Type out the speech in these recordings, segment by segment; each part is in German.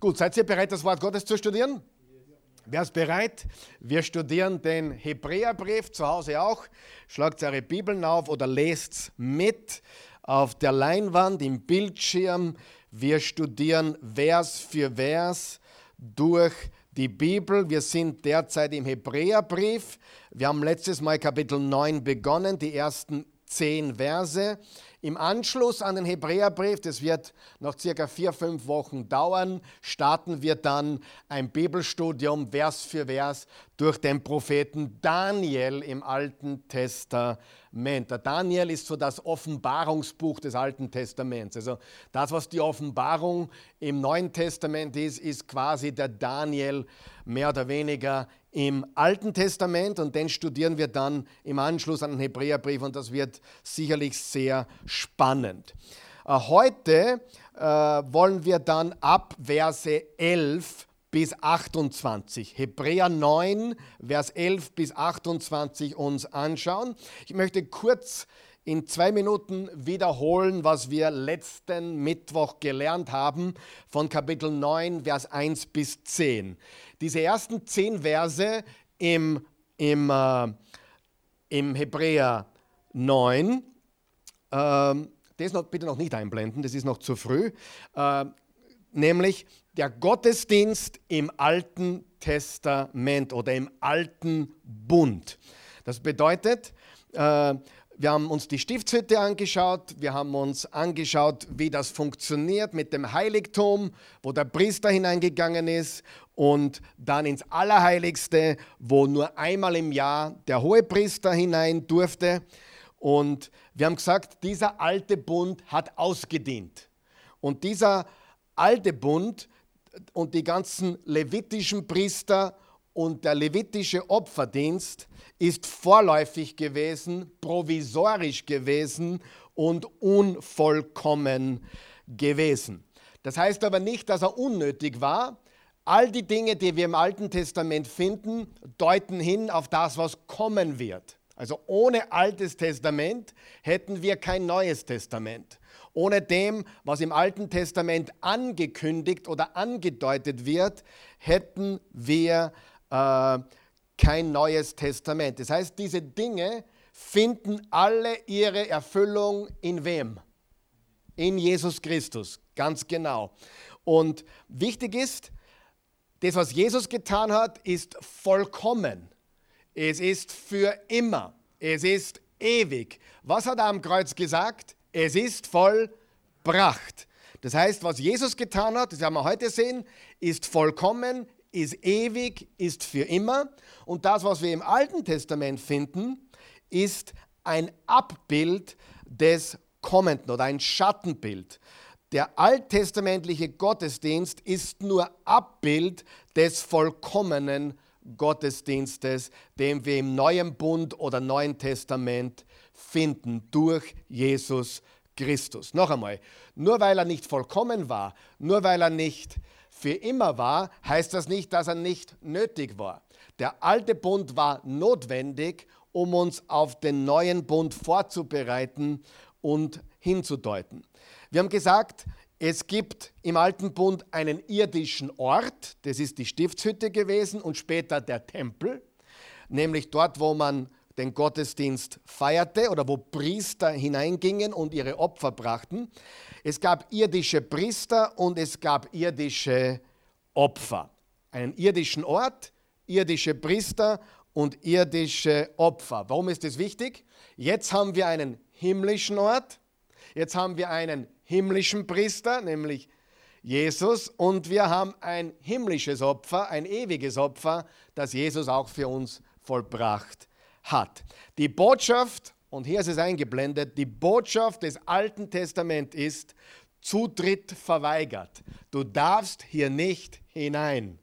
Gut, seid ihr bereit, das Wort Gottes zu studieren? Wer ist bereit? Wir studieren den Hebräerbrief, zu Hause auch. Schlagt eure Bibeln auf oder lest mit auf der Leinwand, im Bildschirm. Wir studieren Vers für Vers durch die Bibel. Wir sind derzeit im Hebräerbrief. Wir haben letztes Mal Kapitel 9 begonnen, die ersten 10 Verse. Im Anschluss an den Hebräerbrief, das wird noch circa 4-5 Wochen dauern, starten wir dann ein Bibelstudium Vers für Vers durch den Propheten Daniel im Alten Testament. Der Daniel ist so das Offenbarungsbuch des Alten Testaments. Also das, was die Offenbarung im Neuen Testament ist, ist quasi der Daniel mehr oder weniger im Alten Testament, und den studieren wir dann im Anschluss an den Hebräerbrief, und das wird sicherlich sehr spannend. Heute wollen wir dann ab Verse 11 bis 28, Hebräer 9, Vers 11 bis 28 uns anschauen. Ich möchte kurz in 2 Minuten wiederholen, was wir letzten Mittwoch gelernt haben von Kapitel 9, Vers 1 bis 10. Diese ersten 10 Verse im Hebräer 9, das bitte noch nicht einblenden, das ist noch zu früh, nämlich der Gottesdienst im Alten Testament oder im Alten Bund. Das bedeutet, wir haben uns die Stiftshütte angeschaut, wir haben uns angeschaut, wie das funktioniert mit dem Heiligtum, wo der Priester hineingegangen ist, und dann ins Allerheiligste, wo nur einmal im Jahr der Hohepriester hinein durfte. Und wir haben gesagt, dieser alte Bund hat ausgedient. Und dieser alte Bund und die ganzen levitischen Priester und der levitische Opferdienst ist vorläufig gewesen, provisorisch gewesen und unvollkommen gewesen. Das heißt aber nicht, dass er unnötig war. All die Dinge, die wir im Alten Testament finden, deuten hin auf das, was kommen wird. Also ohne Altes Testament hätten wir kein Neues Testament. Ohne dem, was im Alten Testament angekündigt oder angedeutet wird, hätten wir kein Neues Testament. Das heißt, diese Dinge finden alle ihre Erfüllung in wem? In Jesus Christus, ganz genau. Und wichtig ist, das, was Jesus getan hat, ist vollkommen. Es ist für immer. Es ist ewig. Was hat er am Kreuz gesagt? Es ist vollbracht. Das heißt, was Jesus getan hat, das werden wir heute sehen, ist vollkommen, ist ewig, ist für immer. Und das, was wir im Alten Testament finden, ist ein Abbild des Kommenden oder ein Schattenbild. Der alttestamentliche Gottesdienst ist nur Abbild des vollkommenen Gottesdienstes, den wir im Neuen Bund oder Neuen Testament finden, durch Jesus Christus. Noch einmal, nur weil er nicht vollkommen war, nur weil er nicht für immer war, heißt das nicht, dass er nicht nötig war. Der alte Bund war notwendig, um uns auf den neuen Bund vorzubereiten und hinzudeuten. Wir haben gesagt, es gibt im Alten Bund einen irdischen Ort, das ist die Stiftshütte gewesen, und später der Tempel, nämlich dort, wo man den Gottesdienst feierte oder wo Priester hineingingen und ihre Opfer brachten. Es gab irdische Priester und es gab irdische Opfer. Einen irdischen Ort, irdische Priester und irdische Opfer. Warum ist das wichtig? Jetzt haben wir einen himmlischen Ort, jetzt haben wir einen himmlischen Priester, nämlich Jesus, und wir haben ein himmlisches Opfer, ein ewiges Opfer, das Jesus auch für uns vollbracht hat. Die Botschaft, und hier ist es eingeblendet, die Botschaft des Alten Testaments ist: Zutritt verweigert. Du darfst hier nicht hinein.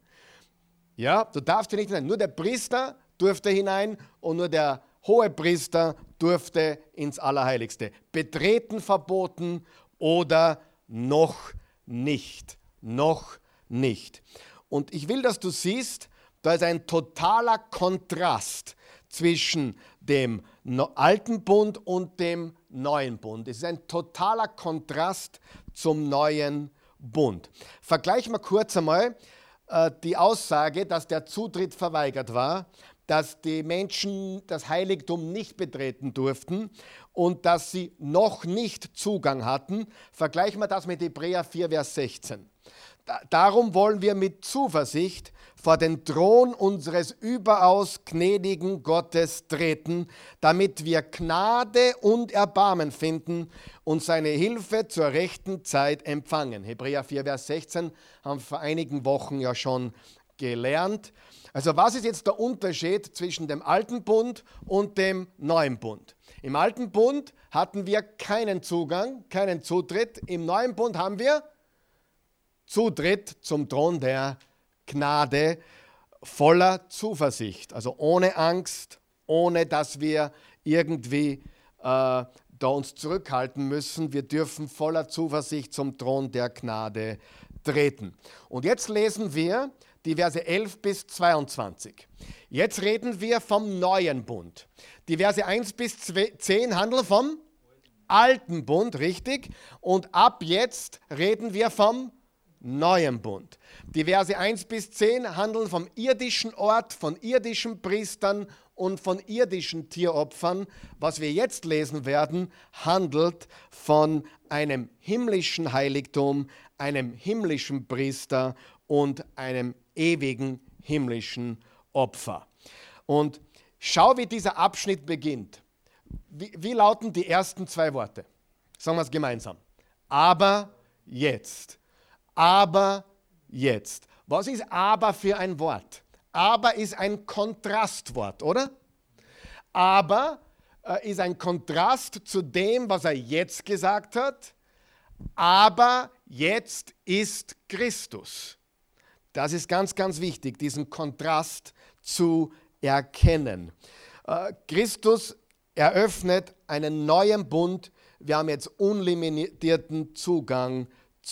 Ja, du darfst hier nicht hinein. Nur der Priester durfte hinein und nur der Hohepriester durfte ins Allerheiligste. Betreten verboten oder noch nicht. Noch nicht. Und ich will, dass du siehst, da ist ein totaler Kontrast zwischen dem Alten Bund und dem Neuen Bund. Es ist ein totaler Kontrast zum Neuen Bund. Vergleichen wir kurz einmal die Aussage, dass der Zutritt verweigert war, dass die Menschen das Heiligtum nicht betreten durften und dass sie noch nicht Zugang hatten. Vergleichen wir das mit Hebräer 4, Vers 16. Darum wollen wir mit Zuversicht vor den Thron unseres überaus gnädigen Gottes treten, damit wir Gnade und Erbarmen finden und seine Hilfe zur rechten Zeit empfangen. Hebräer 4, Vers 16 haben wir vor einigen Wochen ja schon gelernt. Also was ist jetzt der Unterschied zwischen dem alten Bund und dem neuen Bund? Im alten Bund hatten wir keinen Zugang, keinen Zutritt. Im neuen Bund haben wir Zutritt zum Thron der Gnade voller Zuversicht. Also ohne Angst, ohne dass wir irgendwie da uns zurückhalten müssen. Wir dürfen voller Zuversicht zum Thron der Gnade treten. Und jetzt lesen wir die Verse 11 bis 22. Jetzt reden wir vom neuen Bund. Die Verse 1 bis 10 handeln vom alten Bund, richtig? Und ab jetzt reden wir vom neuen Bund. Die Verse 1 bis 10 handeln vom irdischen Ort, von irdischen Priestern und von irdischen Tieropfern. Was wir jetzt lesen werden, handelt von einem himmlischen Heiligtum, einem himmlischen Priester und einem ewigen himmlischen Opfer. Und schau, wie dieser Abschnitt beginnt. Wie lauten die ersten zwei Worte? Sagen wir es gemeinsam. Aber jetzt. Aber jetzt. Was ist aber für ein Wort? Aber ist ein Kontrastwort, oder? Aber ist ein Kontrast zu dem, was er jetzt gesagt hat. Aber jetzt ist Christus. Das ist ganz, ganz wichtig, diesen Kontrast zu erkennen. Christus eröffnet einen neuen Bund. Wir haben jetzt unlimitierten Zugang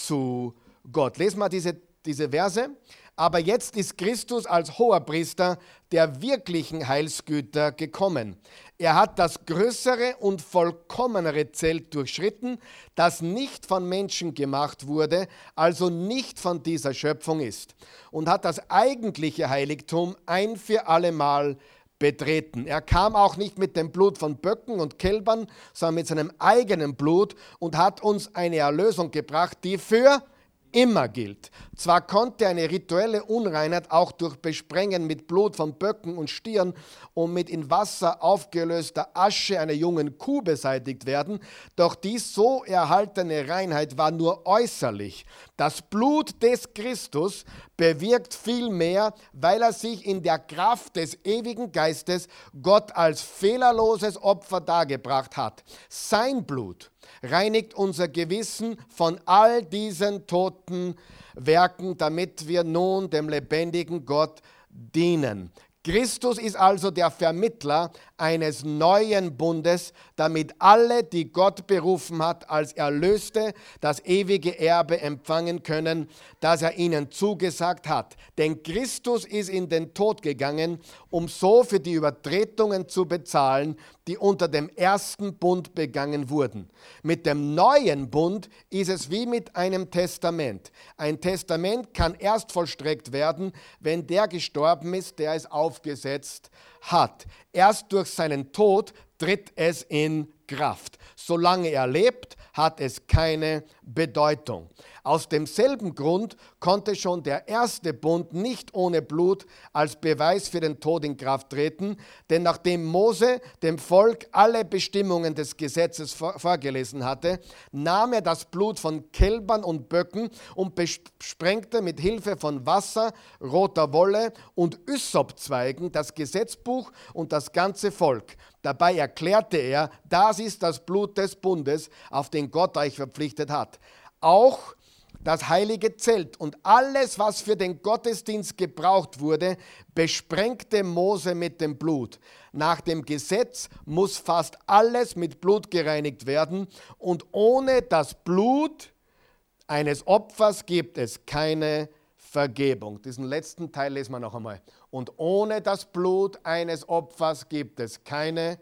zu Gott. Lesen wir diese Verse. Aber jetzt ist Christus als Hoherpriester der wirklichen Heilsgüter gekommen. Er hat das größere und vollkommenere Zelt durchschritten, das nicht von Menschen gemacht wurde, also nicht von dieser Schöpfung ist, und hat das eigentliche Heiligtum ein für allemal betreten. Er kam auch nicht mit dem Blut von Böcken und Kälbern, sondern mit seinem eigenen Blut und hat uns eine Erlösung gebracht, die für immer gilt. Zwar konnte eine rituelle Unreinheit auch durch Besprengen mit Blut von Böcken und Stieren und mit in Wasser aufgelöster Asche einer jungen Kuh beseitigt werden, doch die so erhaltene Reinheit war nur äußerlich. Das Blut des Christus bewirkt viel mehr, weil er sich in der Kraft des ewigen Geistes Gott als fehlerloses Opfer dargebracht hat. Sein Blut reinigt unser Gewissen von all diesen toten Werken, damit wir nun dem lebendigen Gott dienen. Christus ist also der Vermittler eines neuen Bundes, damit alle, die Gott berufen hat, als Erlöste das ewige Erbe empfangen können, das er ihnen zugesagt hat. Denn Christus ist in den Tod gegangen, um so für die Übertretungen zu bezahlen, die unter dem ersten Bund begangen wurden. Mit dem neuen Bund ist es wie mit einem Testament. Ein Testament kann erst vollstreckt werden, wenn der gestorben ist, der es aufgesetzt hat. Erst durch seinen Tod tritt es in Kraft. Solange er lebt, hat es keine Bedeutung. Aus demselben Grund konnte schon der erste Bund nicht ohne Blut als Beweis für den Tod in Kraft treten, denn nachdem Mose dem Volk alle Bestimmungen des Gesetzes vorgelesen hatte, nahm er das Blut von Kälbern und Böcken und besprengte mit Hilfe von Wasser, roter Wolle und Ysopzweigen das Gesetzbuch und das ganze Volk. Dabei erklärte er, das ist das Blut des Bundes, auf den Gott euch verpflichtet hat. Auch das heilige Zelt und alles, was für den Gottesdienst gebraucht wurde, besprengte Mose mit dem Blut. Nach dem Gesetz muss fast alles mit Blut gereinigt werden und ohne das Blut eines Opfers gibt es keine Vergebung. Diesen letzten Teil lesen wir noch einmal. Und ohne das Blut eines Opfers gibt es keine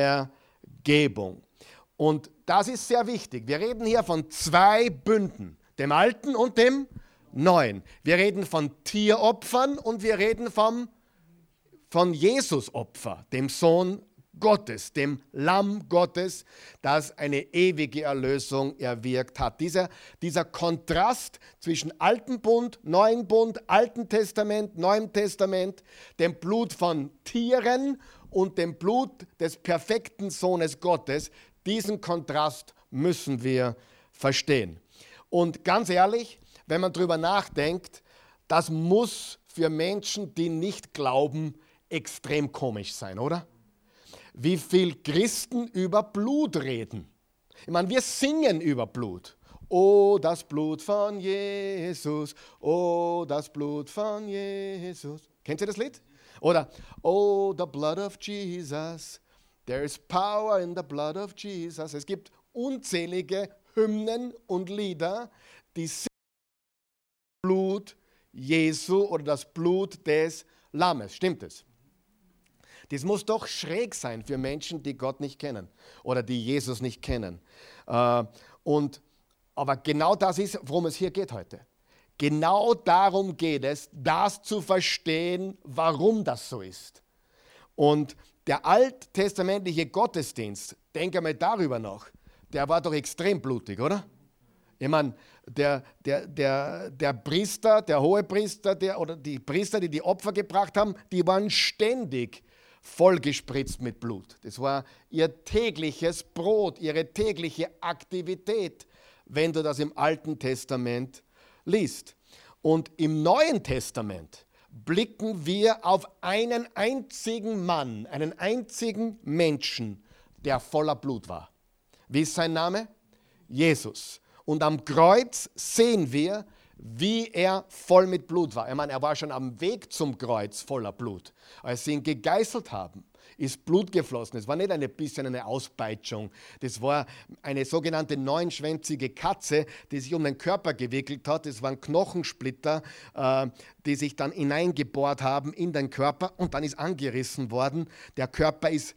Vergebung. Und das ist sehr wichtig. Wir reden hier von zwei Bünden. dem Alten und dem Neuen. Wir reden von Tieropfern und wir reden von Jesus-Opfer, dem Sohn Gottes, dem Lamm Gottes, das eine ewige Erlösung erwirkt hat. Dieser Kontrast zwischen Alten Bund, Neuen Bund, Alten Testament, Neuem Testament, dem Blut von Tieren und dem Blut des perfekten Sohnes Gottes, diesen Kontrast müssen wir verstehen. Und ganz ehrlich, wenn man darüber nachdenkt, das muss für Menschen, die nicht glauben, extrem komisch sein, oder? Wie viel Christen über Blut reden. Ich meine, wir singen über Blut. Oh, das Blut von Jesus, oh, das Blut von Jesus. Kennt ihr das Lied? Oder, oh, the blood of Jesus, there is power in the blood of Jesus. Es gibt unzählige Hymnen und Lieder, die singen das Blut Jesu oder das Blut des Lammes. Stimmt es? Das muss doch schräg sein für Menschen, die Gott nicht kennen oder die Jesus nicht kennen. Aber genau das ist, worum es hier geht heute. Genau darum geht es, das zu verstehen, warum das so ist. Und der alttestamentliche Gottesdienst, denke mal darüber nach, der war doch extrem blutig, oder? Ich meine, der Priester, der Hohepriester oder die Priester, die Opfer gebracht haben, die waren ständig vollgespritzt mit Blut. Das war ihr tägliches Brot, ihre tägliche Aktivität, wenn du das im Alten Testament liest. Und im Neuen Testament blicken wir auf einen einzigen Mann, einen einzigen Menschen, der voller Blut war. Wie ist sein Name? Jesus. Und am Kreuz sehen wir, wie er voll mit Blut war. Ich meine, er war schon am Weg zum Kreuz voller Blut. Als sie ihn gegeißelt haben, ist Blut geflossen. Es war nicht ein bisschen eine Auspeitschung. Das war eine sogenannte neunschwänzige Katze, die sich um den Körper gewickelt hat. Das waren Knochensplitter, die sich dann hineingebohrt haben in den Körper und dann ist angerissen worden. Der Körper ist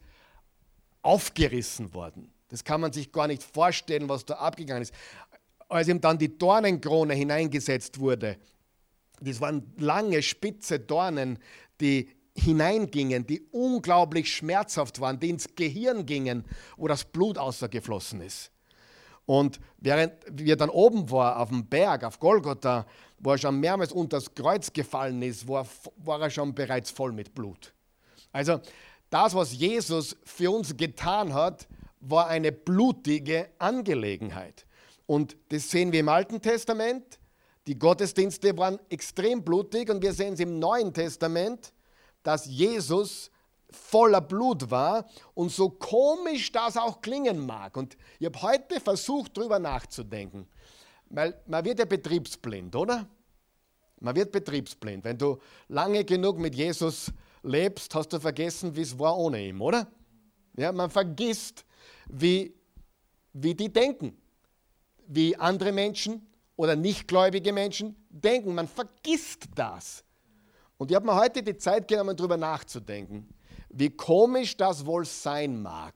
aufgerissen worden. Das kann man sich gar nicht vorstellen, was da abgegangen ist. Als ihm dann die Dornenkrone hineingesetzt wurde, das waren lange, spitze Dornen, die hineingingen, die unglaublich schmerzhaft waren, die ins Gehirn gingen, wo das Blut außergeflossen ist. Und während wir dann oben war, auf dem Berg, auf Golgotha, wo er schon mehrmals unter das Kreuz gefallen ist, war er schon bereits voll mit Blut. Also das, was Jesus für uns getan hat, war eine blutige Angelegenheit. Und das sehen wir im Alten Testament. Die Gottesdienste waren extrem blutig und wir sehen es im Neuen Testament, dass Jesus voller Blut war und so komisch das auch klingen mag. Und ich habe heute versucht, darüber nachzudenken, weil man wird ja betriebsblind, oder? Man wird betriebsblind. Wenn du lange genug mit Jesus lebst, hast du vergessen, wie es war ohne ihn, oder? Ja, man vergisst, wie die denken, wie andere Menschen oder nichtgläubige Menschen denken. Man vergisst das. Und ich habe mir heute die Zeit genommen, darüber nachzudenken, wie komisch das wohl sein mag,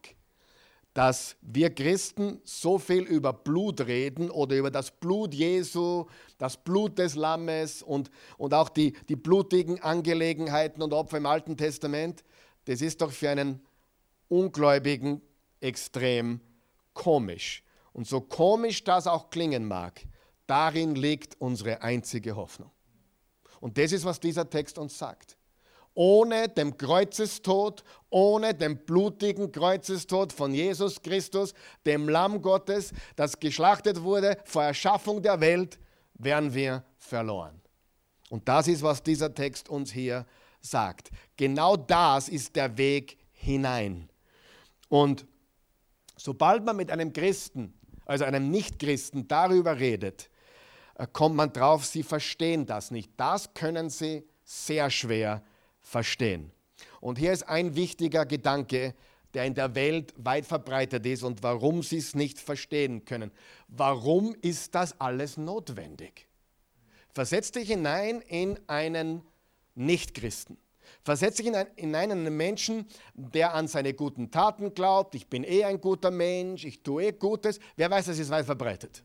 dass wir Christen so viel über Blut reden oder über das Blut Jesu, das Blut des Lammes und auch die blutigen Angelegenheiten und Opfer im Alten Testament. Das ist doch für einen Ungläubigen extrem komisch. Und so komisch das auch klingen mag, darin liegt unsere einzige Hoffnung. Und das ist, was dieser Text uns sagt. Ohne den Kreuzestod, ohne den blutigen Kreuzestod von Jesus Christus, dem Lamm Gottes, das geschlachtet wurde vor Erschaffung der Welt, wären wir verloren. Und das ist, was dieser Text uns hier sagt. Genau das ist der Weg hinein. Und sobald man mit einem Christen, also einem Nichtchristen, darüber redet, kommt man drauf, sie verstehen das nicht. Das können sie sehr schwer verstehen. Und hier ist ein wichtiger Gedanke, der in der Welt weit verbreitet ist und warum sie es nicht verstehen können. Warum ist das alles notwendig? Versetz dich hinein in einen Nichtchristen. Versetz dich in einen Menschen, der an seine guten Taten glaubt. Ich bin ein guter Mensch, ich tue Gutes. Wer weiß, das ist weit verbreitet.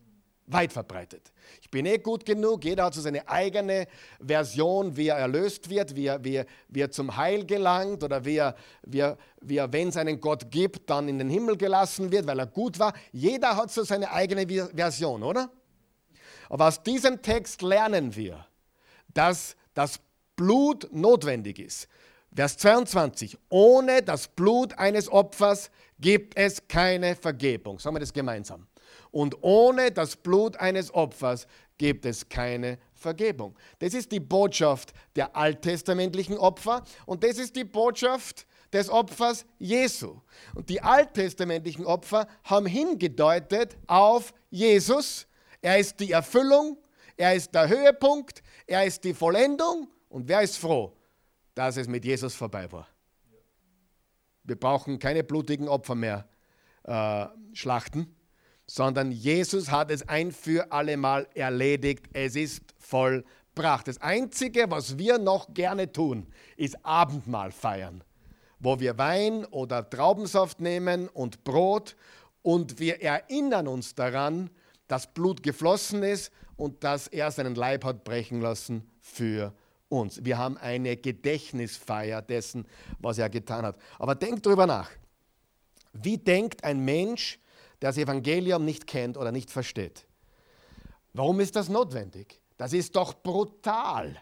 weit verbreitet. Ich bin gut genug, jeder hat so seine eigene Version, wie er erlöst wird, wie er zum Heil gelangt oder wie er, wenn es einen Gott gibt, dann in den Himmel gelassen wird, weil er gut war. Jeder hat so seine eigene Version, oder? Aber aus diesem Text lernen wir, dass das Blut notwendig ist. Vers 22, ohne das Blut eines Opfers gibt es keine Vergebung. Sagen wir das gemeinsam. Und ohne das Blut eines Opfers gibt es keine Vergebung. Das ist die Botschaft der alttestamentlichen Opfer und das ist die Botschaft des Opfers Jesu. Und die alttestamentlichen Opfer haben hingedeutet auf Jesus. Er ist die Erfüllung, er ist der Höhepunkt, er ist die Vollendung. Und wer ist froh, dass es mit Jesus vorbei war? Wir brauchen keine blutigen Opfer mehr schlachten, sondern Jesus hat es ein für alle Mal erledigt. Es ist vollbracht. Das Einzige, was wir noch gerne tun, ist Abendmahl feiern, wo wir Wein oder Traubensaft nehmen und Brot und wir erinnern uns daran, dass Blut geflossen ist und dass er seinen Leib hat brechen lassen für uns. Wir haben eine Gedächtnisfeier dessen, was er getan hat. Aber denkt darüber nach. Wie denkt ein Mensch, der das Evangelium nicht kennt oder nicht versteht? Warum ist das notwendig? Das ist doch brutal.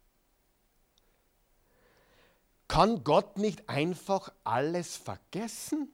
Kann Gott nicht einfach alles vergessen?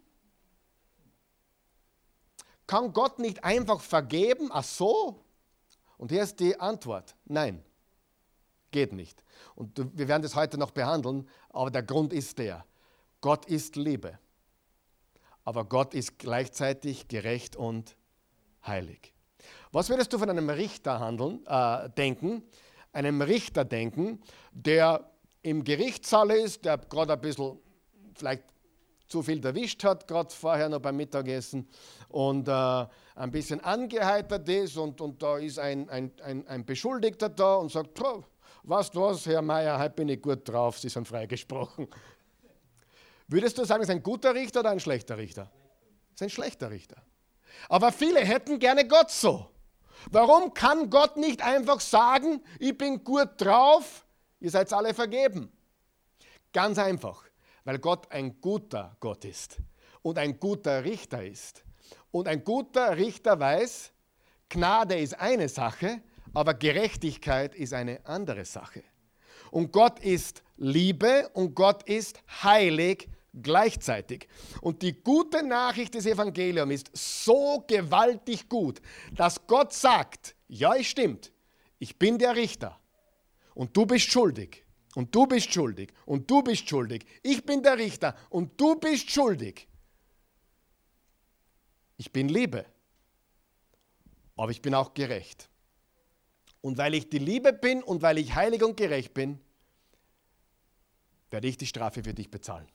Kann Gott nicht einfach vergeben? Ach so? Und hier ist die Antwort. Nein, geht nicht. Und wir werden das heute noch behandeln, aber der Grund ist der. Gott ist Liebe. Aber Gott ist gleichzeitig gerecht und heilig. Was würdest du von einem Richter denken? Einem Richter denken, der im Gerichtssaal ist, der gerade ein bisschen vielleicht zu viel erwischt hat, gerade vorher noch beim Mittagessen und ein bisschen angeheitert ist und da ist ein Beschuldigter da und sagt, weißt du was, Herr Meier, heute bin ich gut drauf, Sie sind freigesprochen. Würdest du sagen, es ist ein guter Richter oder ein schlechter Richter? Es ist ein schlechter Richter. Aber viele hätten gerne Gott so. Warum kann Gott nicht einfach sagen, ich bin gut drauf, ihr seid alle vergeben? Ganz einfach, weil Gott ein guter Gott ist und ein guter Richter ist. Und ein guter Richter weiß, Gnade ist eine Sache, aber Gerechtigkeit ist eine andere Sache. Und Gott ist Liebe und Gott ist heilig gleichzeitig. Und die gute Nachricht des Evangeliums ist so gewaltig gut, dass Gott sagt, ja, es stimmt, ich bin der Richter und du bist schuldig und du bist schuldig und du bist schuldig. Ich bin der Richter und du bist schuldig. Ich bin Liebe, aber ich bin auch gerecht. Und weil ich die Liebe bin und weil ich heilig und gerecht bin, werde ich die Strafe für dich bezahlen.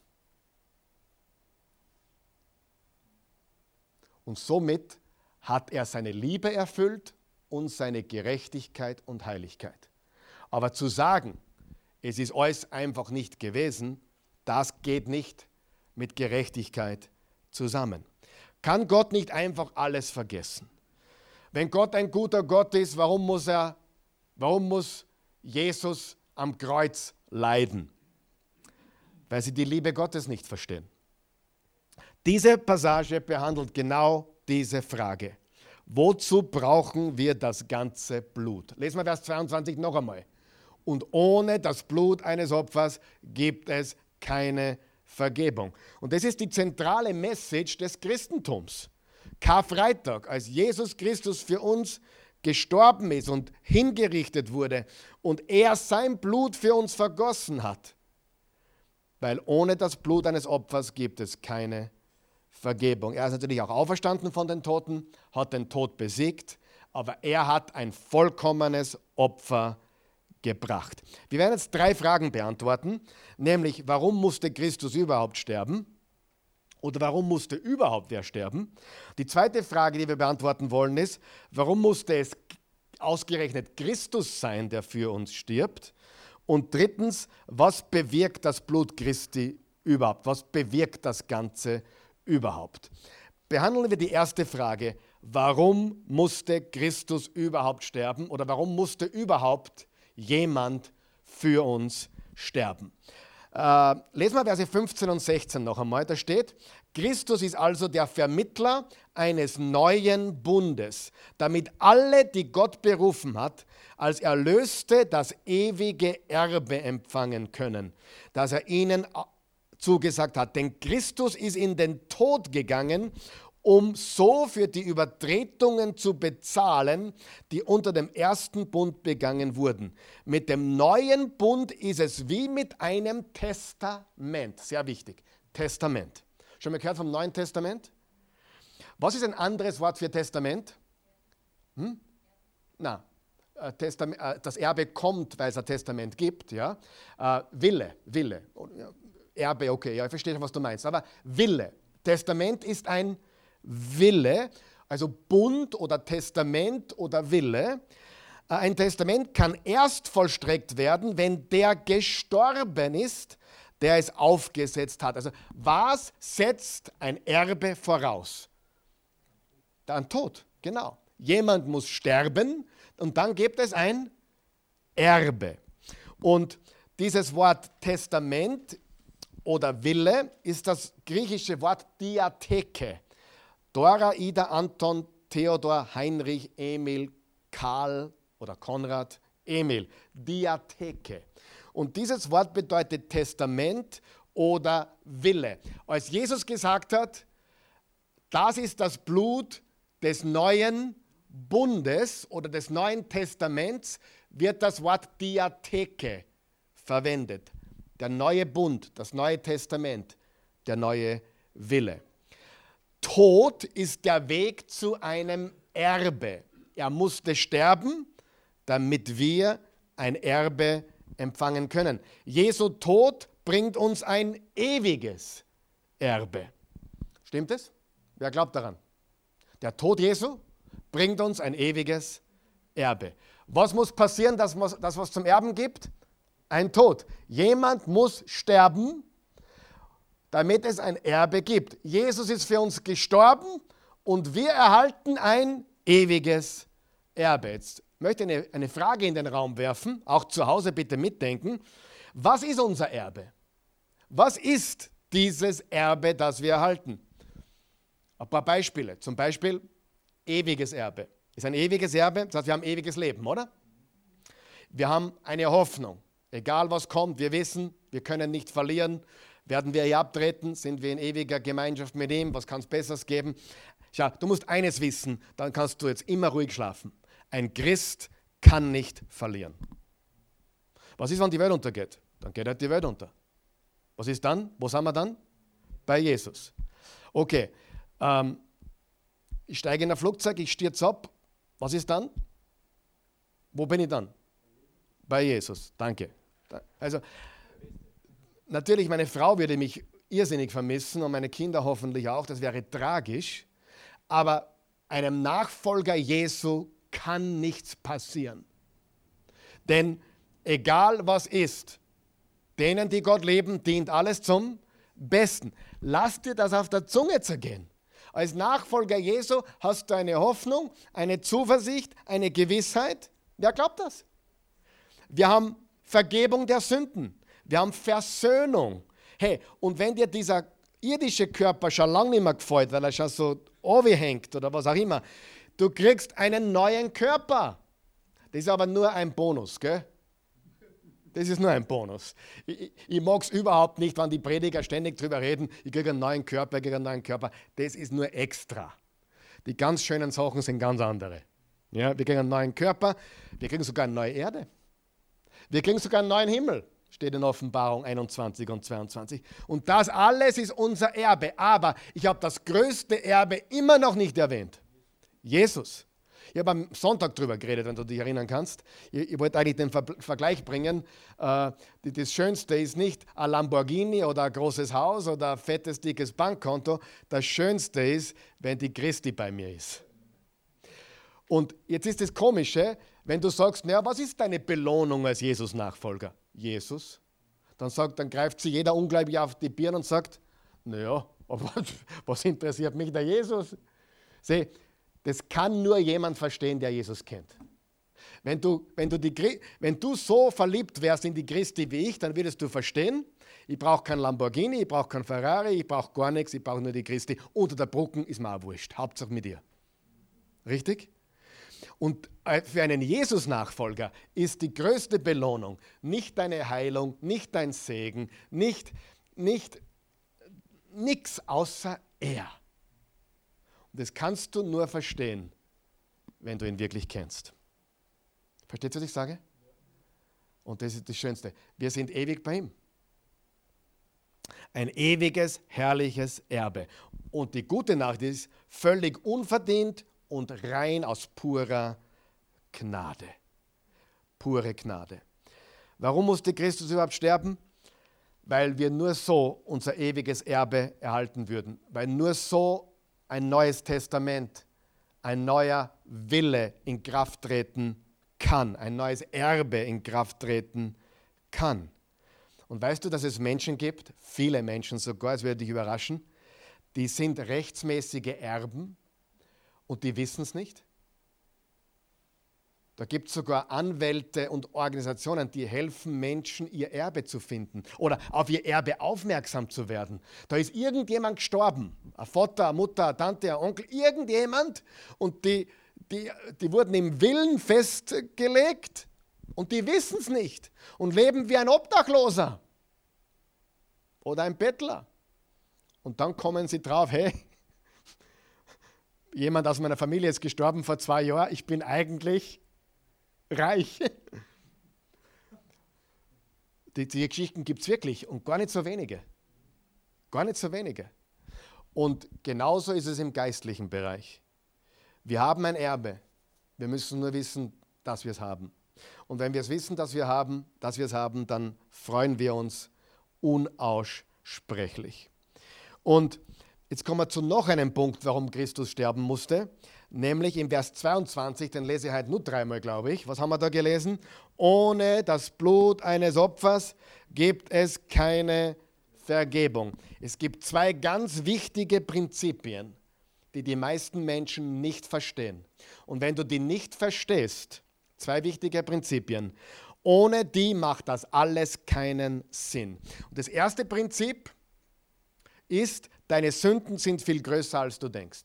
Und somit hat er seine Liebe erfüllt und seine Gerechtigkeit und Heiligkeit. Aber zu sagen, es ist alles einfach nicht gewesen, das geht nicht mit Gerechtigkeit zusammen. Kann Gott nicht einfach alles vergessen? Wenn Gott ein guter Gott ist, warum muss Jesus am Kreuz leiden? Weil sie die Liebe Gottes nicht verstehen. Diese Passage behandelt genau diese Frage. Wozu brauchen wir das ganze Blut? Lesen wir Vers 22 noch einmal. Und ohne das Blut eines Opfers gibt es keine Vergebung. Und das ist die zentrale Message des Christentums. Karfreitag, als Jesus Christus für uns gestorben ist und hingerichtet wurde und er sein Blut für uns vergossen hat. Weil ohne das Blut eines Opfers gibt es keine Vergebung. Er ist natürlich auch auferstanden von den Toten, hat den Tod besiegt, aber er hat ein vollkommenes Opfer gebracht. Wir werden jetzt 3 Fragen beantworten, nämlich warum musste Christus überhaupt sterben oder warum musste überhaupt wer sterben? Die zweite Frage, die wir beantworten wollen, ist, warum musste es ausgerechnet Christus sein, der für uns stirbt? Und drittens, was bewirkt das Blut Christi überhaupt? Was bewirkt das Ganze überhaupt? Behandeln wir die erste Frage, warum musste Christus überhaupt sterben oder warum musste überhaupt jemand für uns sterben. Lesen wir Verse 15 und 16 noch einmal. Da steht, Christus ist also der Vermittler eines neuen Bundes, damit alle, die Gott berufen hat, als Erlöste das ewige Erbe empfangen können, das er ihnen zugesagt hat. Denn Christus ist in den Tod gegangen, um so für die Übertretungen zu bezahlen, die unter dem ersten Bund begangen wurden. Mit dem neuen Bund ist es wie mit einem Testament. Sehr wichtig, Testament. Schon mal gehört vom Neuen Testament? Was ist ein anderes Wort für Testament? Das Erbe kommt, weil es ein Testament gibt. Ja? Wille. Erbe, okay, ja, ich verstehe schon, was du meinst. Aber Wille. Testament ist ein Wille, also Bund oder Testament oder Wille. Ein Testament kann erst vollstreckt werden, wenn der gestorben ist, der es aufgesetzt hat. Also was setzt ein Erbe voraus? Ein Tod, genau. Jemand muss sterben und dann gibt es ein Erbe. Und dieses Wort Testament oder Wille ist das griechische Wort Diatheke. Dora, Ida, Anton, Theodor, Heinrich, Emil, Karl oder Konrad, Emil. Diatheke. Und dieses Wort bedeutet Testament oder Wille. Als Jesus gesagt hat, das ist das Blut des neuen Bundes oder des Neuen Testaments, wird das Wort Diatheke verwendet. Der neue Bund, das Neue Testament, der neue Wille. Tod ist der Weg zu einem Erbe. Er musste sterben, damit wir ein Erbe empfangen können. Jesu Tod bringt uns ein ewiges Erbe. Stimmt es? Wer glaubt daran? Der Tod Jesu bringt uns ein ewiges Erbe. Was muss passieren, dass das was zum Erben gibt? Ein Tod. Jemand muss sterben, damit es ein Erbe gibt. Jesus ist für uns gestorben und wir erhalten ein ewiges Erbe. Jetzt möchte ich eine Frage in den Raum werfen, auch zu Hause bitte mitdenken. Was ist unser Erbe? Was ist dieses Erbe, das wir erhalten? Ein paar Beispiele. Zum Beispiel ewiges Erbe. Ist ein ewiges Erbe, das heißt, wir haben ewiges Leben, oder? Wir haben eine Hoffnung. Egal was kommt, wir wissen, wir können nicht verlieren. Werden wir hier abtreten, sind wir in ewiger Gemeinschaft mit ihm, was kann es Besseres geben? Schau, du musst eines wissen, dann kannst du jetzt immer ruhig schlafen. Ein Christ kann nicht verlieren. Was ist, wenn die Welt untergeht? Dann geht halt die Welt unter. Was ist dann? Wo sind wir dann? Bei Jesus. Okay, ich steige in ein Flugzeug, ich stürze ab. Was ist dann? Wo bin ich dann? Bei Jesus. Danke. Also, natürlich, meine Frau würde mich irrsinnig vermissen und meine Kinder hoffentlich auch. Das wäre tragisch. Aber einem Nachfolger Jesu kann nichts passieren. Denn egal was ist, denen, die Gott lieben, dient alles zum Besten. Lass dir das auf der Zunge zergehen. Als Nachfolger Jesu hast du eine Hoffnung, eine Zuversicht, eine Gewissheit. Wer glaubt das? Wir haben Vergebung der Sünden. Wir haben Versöhnung. Hey, und wenn dir dieser irdische Körper schon lange nicht mehr gefällt, weil er schon so hängt oder was auch immer, du kriegst einen neuen Körper. Das ist aber nur ein Bonus, gell? Das ist nur ein Bonus. Ich mag es überhaupt nicht, wenn die Prediger ständig drüber reden, ich kriege einen neuen Körper, ich kriege einen neuen Körper. Das ist nur extra. Die ganz schönen Sachen sind ganz andere. Ja, wir kriegen einen neuen Körper, wir kriegen sogar eine neue Erde. Wir kriegen sogar einen neuen Himmel, steht in Offenbarung 21 und 22. Und das alles ist unser Erbe. Aber ich habe das größte Erbe immer noch nicht erwähnt. Jesus. Ich habe am Sonntag drüber geredet, wenn du dich erinnern kannst. Ich wollte eigentlich den Vergleich bringen. Das Schönste ist nicht ein Lamborghini oder ein großes Haus oder ein fettes, dickes Bankkonto. Das Schönste ist, wenn die Christi bei mir ist. Und jetzt ist das Komische, wenn du sagst, naja, was ist deine Belohnung als Jesus-Nachfolger? Jesus. Dann greift sie jeder Ungläubige auf die Birne und sagt, naja, aber was interessiert mich der Jesus? Sieh, Das kann nur jemand verstehen, der Jesus kennt. Wenn du so verliebt wärst in die Christi wie ich, dann würdest du verstehen, ich brauche kein Lamborghini, ich brauche kein Ferrari, ich brauche gar nichts, ich brauche nur die Christi. Unter der Brücke ist mir auch wurscht, Hauptsache mit ihr. Richtig? Und für einen Jesus-Nachfolger ist die größte Belohnung nicht deine Heilung, nicht dein Segen, nichts außer er. Und das kannst du nur verstehen, wenn du ihn wirklich kennst. Versteht ihr, was ich sage? Und das ist das Schönste. Wir sind ewig bei ihm. Ein ewiges, herrliches Erbe. Und die gute Nachricht ist, völlig unverdient und rein aus purer Gnade. Pure Gnade. Warum musste Christus überhaupt sterben? Weil wir nur so unser ewiges Erbe erhalten würden. Weil nur so ein neues Testament, ein neuer Wille in Kraft treten kann. Ein neues Erbe in Kraft treten kann. Und weißt du, dass es Menschen gibt, viele Menschen sogar, es würde dich überraschen, die sind rechtsmäßige Erben und die wissen es nicht? Da gibt es sogar Anwälte und Organisationen, die helfen Menschen, ihr Erbe zu finden oder auf ihr Erbe aufmerksam zu werden. Da ist irgendjemand gestorben, ein Vater, eine Mutter, eine Tante, ein Onkel, irgendjemand und die wurden im Willen festgelegt und die wissen es nicht und leben wie ein Obdachloser oder ein Bettler. Und dann kommen sie drauf, hey, jemand aus meiner Familie ist gestorben vor 2 Jahren, ich bin eigentlich reich. Die Geschichten gibt es wirklich und gar nicht so wenige. Gar nicht so wenige. Und genauso ist es im geistlichen Bereich. Wir haben ein Erbe. Wir müssen nur wissen, dass wir es haben. Und wenn wir es wissen, dass wir es haben, dann freuen wir uns unaussprechlich. Und jetzt kommen wir zu noch einem Punkt, warum Christus sterben musste, nämlich im Vers 22, den lese ich heute nur 3-mal, glaube ich. Was haben wir da gelesen? Ohne das Blut eines Opfers gibt es keine Vergebung. Es gibt 2 ganz wichtige Prinzipien, die die meisten Menschen nicht verstehen. Und wenn du die nicht verstehst, 2 wichtige Prinzipien, ohne die macht das alles keinen Sinn. Und das erste Prinzip ist, deine Sünden sind viel größer, als du denkst.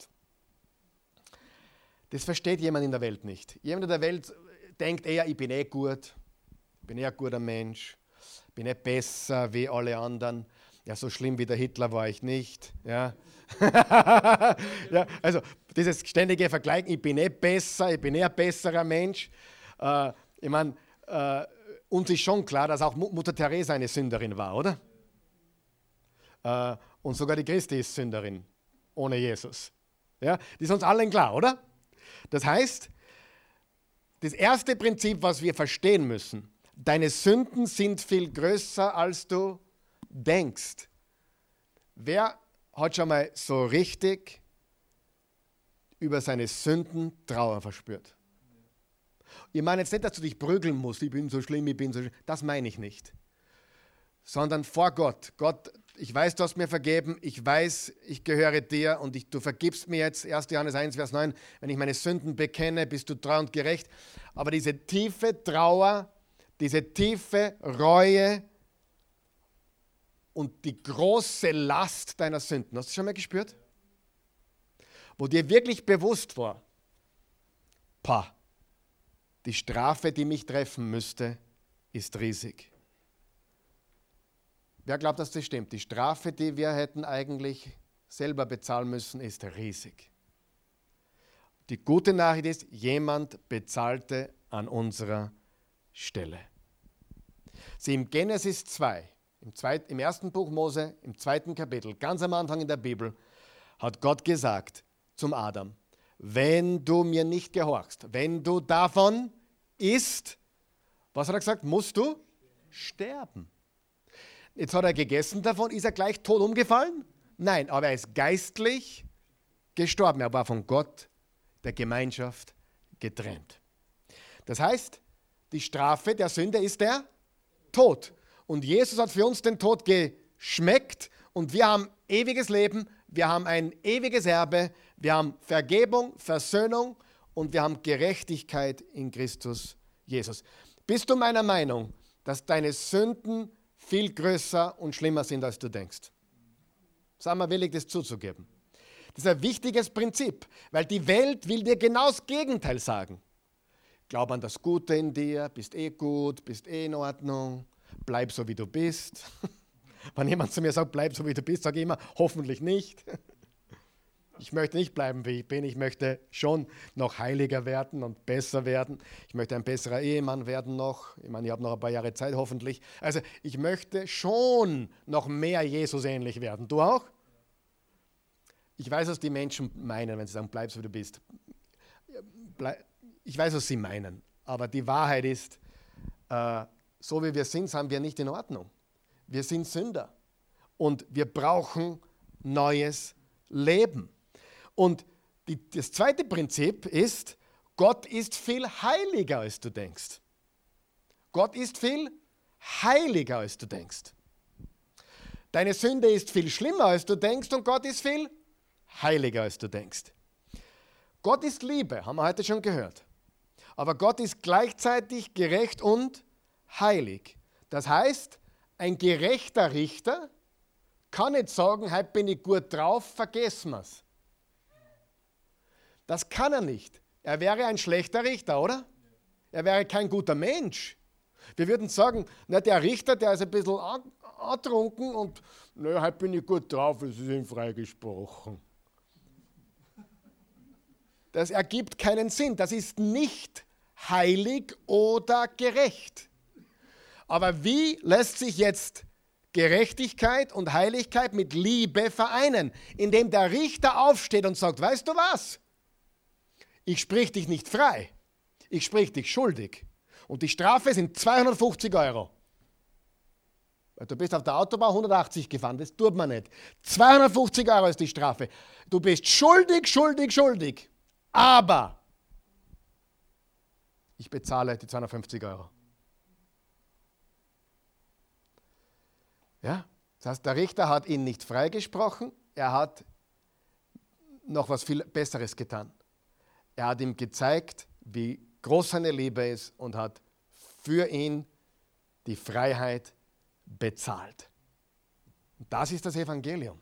Das versteht jemand in der Welt nicht. Jemand in der Welt denkt eher, ich bin gut, ich bin eher ein guter Mensch, ich bin besser wie alle anderen. Ja, so schlimm wie der Hitler war ich nicht. Ja. Ja, also dieses ständige Vergleichen, ich bin besser, ich bin ein besserer Mensch. Ich meine, uns ist schon klar, dass auch Mutter Teresa eine Sünderin war, oder? Und sogar die Christi ist Sünderin, ohne Jesus. Ja, das ist uns allen klar, oder? Das heißt, das erste Prinzip, was wir verstehen müssen, deine Sünden sind viel größer, als du denkst. Wer hat schon mal so richtig über seine Sünden Trauer verspürt? Ich meine jetzt nicht, dass du dich prügeln musst, ich bin so schlimm, ich bin so schlimm. Das meine ich nicht. Sondern vor Gott. Gott, ich weiß, du hast mir vergeben, ich weiß, ich gehöre dir und du vergibst mir jetzt, 1. Johannes 1, Vers 9, wenn ich meine Sünden bekenne, bist du treu und gerecht. Aber diese tiefe Trauer, diese tiefe Reue und die große Last deiner Sünden, hast du schon mal gespürt? Wo dir wirklich bewusst war, die Strafe, die mich treffen müsste, ist riesig. Wer glaubt, dass das stimmt? Die Strafe, die wir hätten eigentlich selber bezahlen müssen, ist riesig. Die gute Nachricht ist, jemand bezahlte an unserer Stelle. Sie im Genesis 2, im 1. Buch Mose, im 2. Kapitel, ganz am Anfang in der Bibel, hat Gott gesagt zum Adam, wenn du mir nicht gehorchst, wenn du davon isst, was hat er gesagt, musst du sterben. Jetzt hat er gegessen davon, ist er gleich tot umgefallen? Nein, aber er ist geistlich gestorben. Er war von Gott, der Gemeinschaft, getrennt. Das heißt, die Strafe der Sünde ist der Tod. Und Jesus hat für uns den Tod geschmeckt und wir haben ewiges Leben, wir haben ein ewiges Erbe, wir haben Vergebung, Versöhnung und wir haben Gerechtigkeit in Christus Jesus. Bist du meiner Meinung, dass deine Sünden viel größer und schlimmer sind, als du denkst? Sei mal willig, das zuzugeben. Das ist ein wichtiges Prinzip, weil die Welt will dir genau das Gegenteil sagen. Glaub an das Gute in dir, bist eh gut, bist eh in Ordnung, bleib so, wie du bist. Wenn jemand zu mir sagt, bleib so, wie du bist, sage ich immer, hoffentlich nicht. Ich möchte nicht bleiben, wie ich bin. Ich möchte schon noch heiliger werden und besser werden. Ich möchte ein besserer Ehemann werden noch. Ich meine, ich habe noch ein paar Jahre Zeit, hoffentlich. Also ich möchte schon noch mehr Jesus ähnlich werden. Du auch? Ich weiß, was die Menschen meinen, wenn sie sagen, bleib so, wie du bist. Ich weiß, was sie meinen. Aber die Wahrheit ist, so wie wir sind wir nicht in Ordnung. Wir sind Sünder. Und wir brauchen neues Leben. Und das zweite Prinzip ist, Gott ist viel heiliger, als du denkst. Gott ist viel heiliger, als du denkst. Deine Sünde ist viel schlimmer, als du denkst, und Gott ist viel heiliger, als du denkst. Gott ist Liebe, haben wir heute schon gehört. Aber Gott ist gleichzeitig gerecht und heilig. Das heißt, ein gerechter Richter kann nicht sagen, heute bin ich gut drauf, vergessen wir es. Das kann er nicht. Er wäre ein schlechter Richter, oder? Er wäre kein guter Mensch. Wir würden sagen, na, der Richter, der ist ein bisschen angetrunken und naja, heute bin ich gut drauf, es ist ihm freigesprochen. Das ergibt keinen Sinn. Das ist nicht heilig oder gerecht. Aber wie lässt sich jetzt Gerechtigkeit und Heiligkeit mit Liebe vereinen? Indem der Richter aufsteht und sagt, weißt du was? Ich sprich dich nicht frei, ich sprich dich schuldig. Und die Strafe sind 250 €. Du bist auf der Autobahn 180 gefahren, das tut man nicht. 250 € ist die Strafe. Du bist schuldig, schuldig, schuldig. Aber ich bezahle die 250 €. Ja? Das heißt, der Richter hat ihn nicht freigesprochen, er hat noch was viel Besseres getan. Er hat ihm gezeigt, wie groß seine Liebe ist und hat für ihn die Freiheit bezahlt. Und das ist das Evangelium.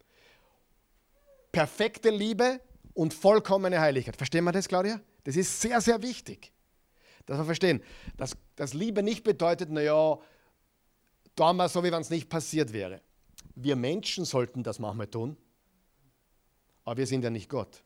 Perfekte Liebe und vollkommene Heiligkeit. Verstehen wir das, Claudia? Das ist sehr, sehr wichtig, dass wir verstehen, dass Liebe nicht bedeutet, naja, tun wir so, wie wenn es nicht passiert wäre. Wir Menschen sollten das manchmal tun, aber wir sind ja nicht Gott.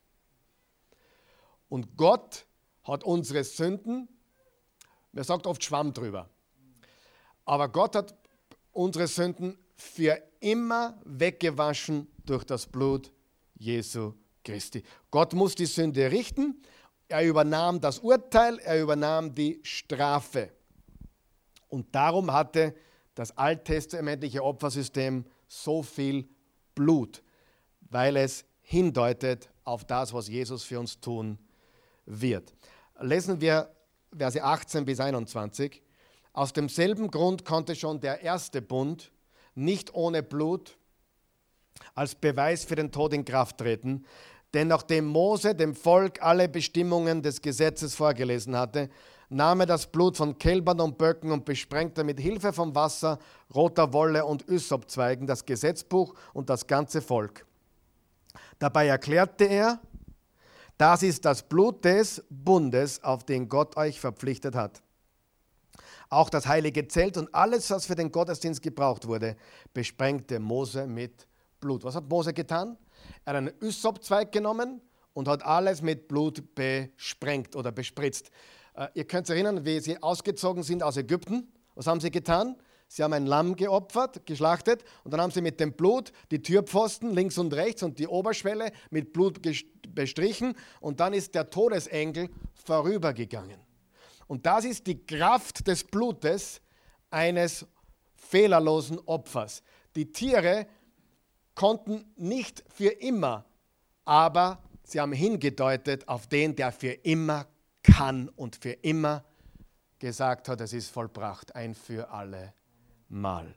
Und Gott hat unsere Sünden, man sagt oft Schwamm drüber, aber Gott hat unsere Sünden für immer weggewaschen durch das Blut Jesu Christi. Gott muss die Sünde richten, er übernahm das Urteil, er übernahm die Strafe. Und darum hatte das alttestamentliche Opfersystem so viel Blut, weil es hindeutet auf das, was Jesus für uns tun wird. Lesen wir Verse 18 bis 21. Aus demselben Grund konnte schon der erste Bund nicht ohne Blut als Beweis für den Tod in Kraft treten, denn nachdem Mose dem Volk alle Bestimmungen des Gesetzes vorgelesen hatte, nahm er das Blut von Kälbern und Böcken und besprengte mit Hilfe von Wasser, roter Wolle und Ysopzweigen das Gesetzbuch und das ganze Volk. Dabei erklärte er, das ist das Blut des Bundes, auf den Gott euch verpflichtet hat. Auch das heilige Zelt und alles, was für den Gottesdienst gebraucht wurde, besprengte Mose mit Blut. Was hat Mose getan? Er hat einen Ysopzweig genommen und hat alles mit Blut besprengt oder bespritzt. Ihr könnt euch erinnern, wie sie ausgezogen sind aus Ägypten. Was haben sie getan? Sie haben ein Lamm geopfert, geschlachtet und dann haben sie mit dem Blut die Türpfosten links und rechts und die Oberschwelle mit Blut bestrichen und dann ist der Todesengel vorübergegangen. Und das ist die Kraft des Blutes eines fehlerlosen Opfers. Die Tiere konnten nicht für immer, aber sie haben hingedeutet auf den, der für immer kann und für immer gesagt hat, es ist vollbracht, ein für alle Mal.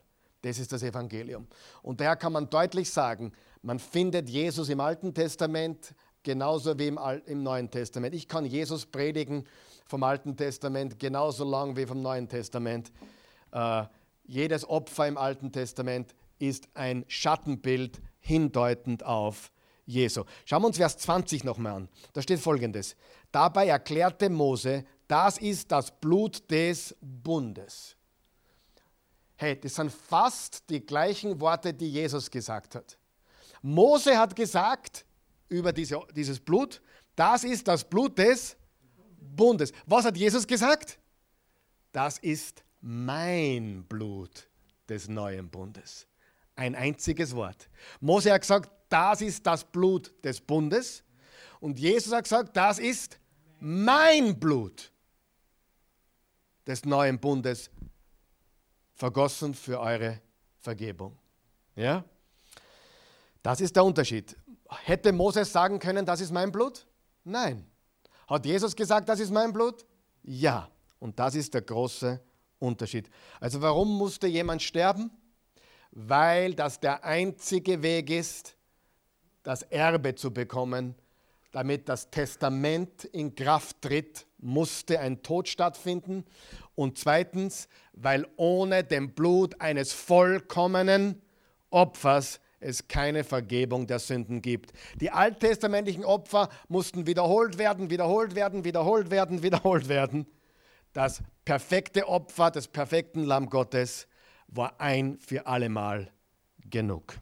Das ist das Evangelium. Und daher kann man deutlich sagen, man findet Jesus im Alten Testament genauso wie im Neuen Testament. Ich kann Jesus predigen vom Alten Testament genauso lang wie vom Neuen Testament. Jedes Opfer im Alten Testament ist ein Schattenbild hindeutend auf Jesu. Schauen wir uns Vers 20 nochmal an. Da steht Folgendes. Dabei erklärte Mose, das ist das Blut des Bundes. Hey, das sind fast die gleichen Worte, die Jesus gesagt hat. Mose hat gesagt über dieses Blut, das ist das Blut des Bundes. Was hat Jesus gesagt? Das ist mein Blut des neuen Bundes. Ein einziges Wort. Mose hat gesagt, das ist das Blut des Bundes. Und Jesus hat gesagt, das ist mein Blut des neuen Bundes, vergossen für eure Vergebung. Ja? Das ist der Unterschied. Hätte Moses sagen können, das ist mein Blut? Nein. Hat Jesus gesagt, das ist mein Blut? Ja. Und das ist der große Unterschied. Also warum musste jemand sterben? Weil das der einzige Weg ist, das Erbe zu bekommen. Damit das Testament in Kraft tritt, musste ein Tod stattfinden. Und zweitens, weil ohne dem Blut eines vollkommenen Opfers es keine Vergebung der Sünden gibt. Die alttestamentlichen Opfer mussten wiederholt werden, wiederholt werden, wiederholt werden, wiederholt werden. Das perfekte Opfer des perfekten Lamm Gottes war ein für allemal genug.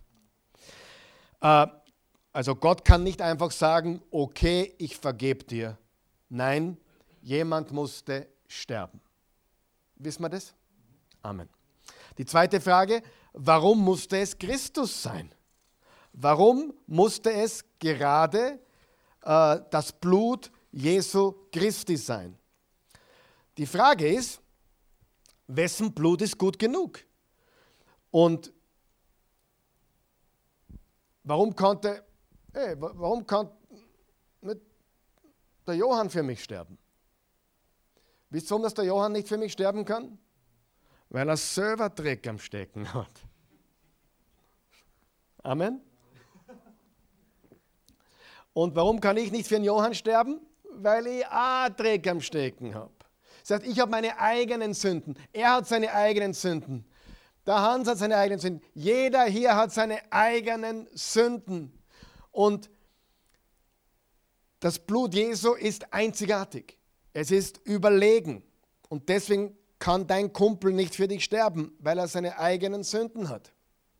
Also Gott kann nicht einfach sagen, okay, ich vergebe dir. Nein, jemand musste sterben. Wissen wir das? Amen. Die zweite Frage, warum musste es Christus sein? Warum musste es gerade das Blut Jesu Christi sein? Die Frage ist, wessen Blut ist gut genug? Und warum kann nicht der Johann für mich sterben? Wisst ihr, warum dass der Johann nicht für mich sterben kann? Weil er selber Dreck am Stecken hat. Amen. Und warum kann ich nicht für den Johann sterben? Weil ich auch Dreck am Stecken habe. Das heißt, ich habe meine eigenen Sünden. Er hat seine eigenen Sünden. Der Hans hat seine eigenen Sünden. Jeder hier hat seine eigenen Sünden. Und das Blut Jesu ist einzigartig. Es ist überlegen. Und deswegen kann dein Kumpel nicht für dich sterben, weil er seine eigenen Sünden hat.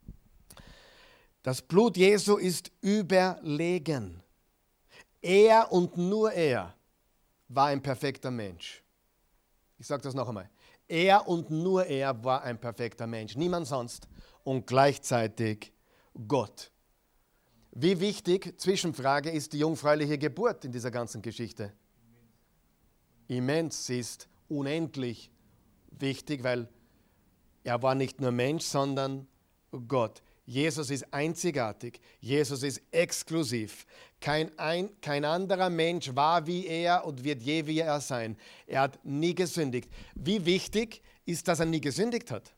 Das Blut Jesu ist überlegen. Er und nur er war ein perfekter Mensch. Ich sage das noch einmal. Er und nur er war ein perfekter Mensch. Niemand sonst. Und gleichzeitig Gott. Wie wichtig, Zwischenfrage, ist die jungfräuliche Geburt in dieser ganzen Geschichte? Immens, sie ist unendlich wichtig, weil er war nicht nur Mensch, sondern Gott. Jesus ist einzigartig, Jesus ist exklusiv. Kein anderer Mensch war wie er und wird je wie er sein. Er hat nie gesündigt. Wie wichtig ist, dass er nie gesündigt hat?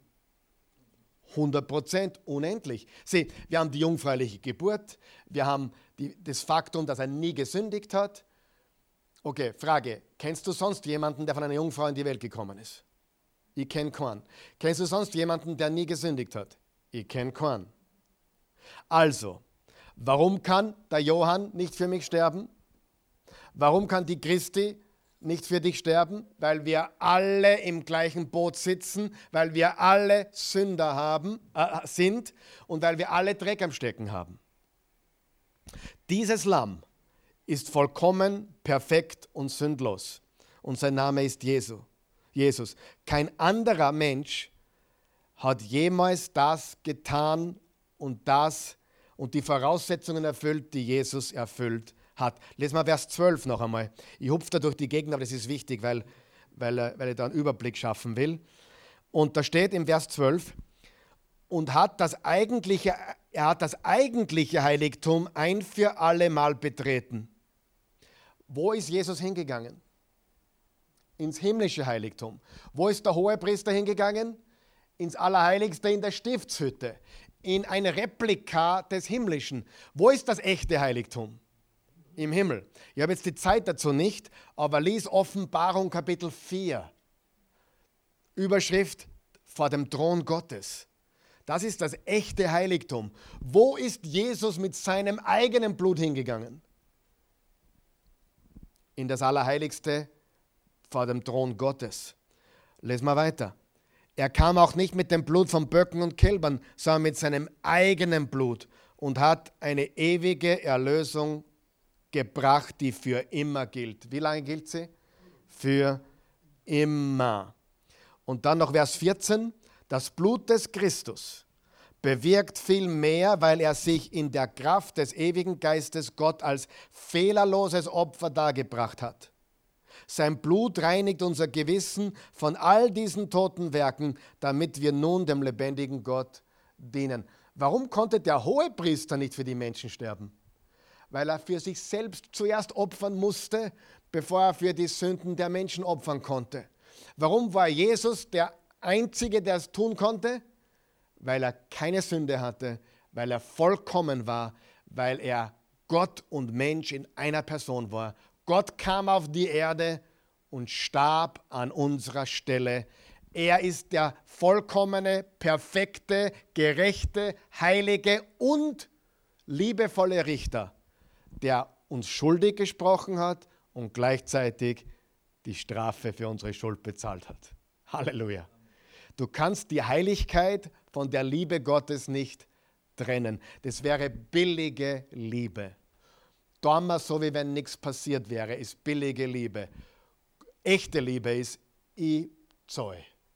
100%, unendlich. Sieh, wir haben die jungfräuliche Geburt, wir haben das Faktum, dass er nie gesündigt hat. Okay, Frage, kennst du sonst jemanden, der von einer Jungfrau in die Welt gekommen ist? Ich kenne keinen. Kennst du sonst jemanden, der nie gesündigt hat? Ich kenne keinen. Also, warum kann der Johann nicht für mich sterben? Warum kann die Christi nicht für dich sterben? Weil wir alle im gleichen Boot sitzen, weil wir alle Sünder sind und weil wir alle Dreck am Stecken haben. Dieses Lamm ist vollkommen, perfekt und sündlos. Und sein Name ist Jesus. Kein anderer Mensch hat jemals das getan und die Voraussetzungen erfüllt, die Jesus erfüllt hat. Lesen wir Vers 12 noch einmal. Ich hupfe da durch die Gegend, aber das ist wichtig, weil ich da einen Überblick schaffen will. Und da steht im Vers 12, und er hat das eigentliche Heiligtum ein für alle Mal betreten. Wo ist Jesus hingegangen? Ins himmlische Heiligtum. Wo ist der Hohepriester hingegangen? ins Allerheiligste in der Stiftshütte, in ein Replika des Himmlischen. Wo ist das echte Heiligtum? Im Himmel. Ich habe jetzt die Zeit dazu nicht, aber lies Offenbarung Kapitel 4. Überschrift: vor dem Thron Gottes. Das ist das echte Heiligtum. Wo ist Jesus mit seinem eigenen Blut hingegangen? In das Allerheiligste vor dem Thron Gottes. Lesen wir weiter. Er kam auch nicht mit dem Blut von Böcken und Kälbern, sondern mit seinem eigenen Blut und hat eine ewige Erlösung gebracht, die für immer gilt. Wie lange gilt sie? Für immer. Und dann noch Vers 14. Das Blut des Christus bewirkt viel mehr, weil er sich in der Kraft des ewigen Geistes Gott als fehlerloses Opfer dargebracht hat. Sein Blut reinigt unser Gewissen von all diesen toten Werken, damit wir nun dem lebendigen Gott dienen. Warum konnte der Hohepriester nicht für die Menschen sterben? Weil er für sich selbst zuerst opfern musste, bevor er für die Sünden der Menschen opfern konnte. Warum war Jesus der Einzige, der es tun konnte? Weil er keine Sünde hatte, weil er vollkommen war, weil er Gott und Mensch in einer Person war. Gott kam auf die Erde und starb an unserer Stelle. Er ist der vollkommene, perfekte, gerechte, heilige und liebevolle Richter, der uns schuldig gesprochen hat und gleichzeitig die Strafe für unsere Schuld bezahlt hat. Halleluja. Du kannst die Heiligkeit von der Liebe Gottes nicht trennen. Das wäre billige Liebe. Damals, so wie wenn nichts passiert wäre, ist billige Liebe. Echte Liebe ist Izoi.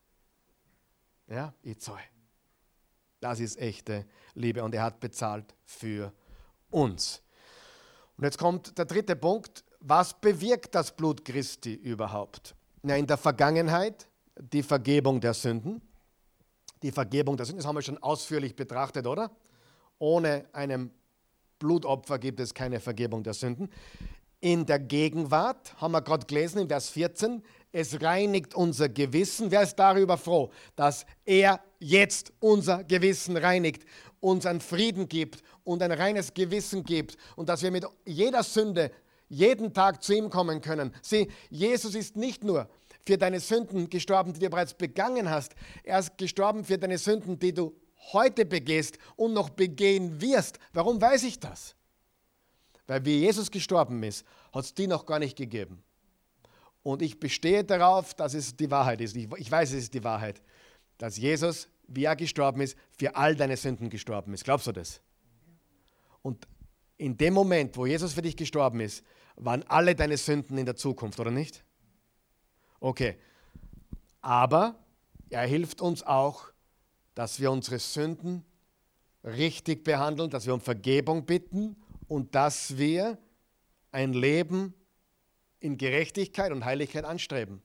Ja, Izoi. Das ist echte Liebe und er hat bezahlt für uns. Und jetzt kommt der dritte Punkt. Was bewirkt das Blut Christi überhaupt? Na, in der Vergangenheit die Vergebung der Sünden. Die Vergebung der Sünden, das haben wir schon ausführlich betrachtet, oder? Ohne einem Blutopfer gibt es keine Vergebung der Sünden. In der Gegenwart, haben wir gerade gelesen in Vers 14, es reinigt unser Gewissen. Wer ist darüber froh, dass er jetzt unser Gewissen reinigt, uns einen Frieden gibt und ein reines Gewissen gibt und dass wir mit jeder Sünde jeden Tag zu ihm kommen können. Sieh, Jesus ist nicht nur für deine Sünden gestorben, die du bereits begangen hast. Er ist gestorben für deine Sünden, die du heute begehst und noch begehen wirst. Warum weiß ich das? Weil wie Jesus gestorben ist, hat es die noch gar nicht gegeben. Und ich bestehe darauf, dass es die Wahrheit ist. Ich weiß, es ist die Wahrheit, dass Jesus, wie er gestorben ist, für all deine Sünden gestorben ist. Glaubst du das? Und in dem Moment, wo Jesus für dich gestorben ist, waren alle deine Sünden in der Zukunft, oder nicht? Okay. Aber er hilft uns auch, dass wir unsere Sünden richtig behandeln, dass wir um Vergebung bitten und dass wir ein Leben in Gerechtigkeit und Heiligkeit anstreben.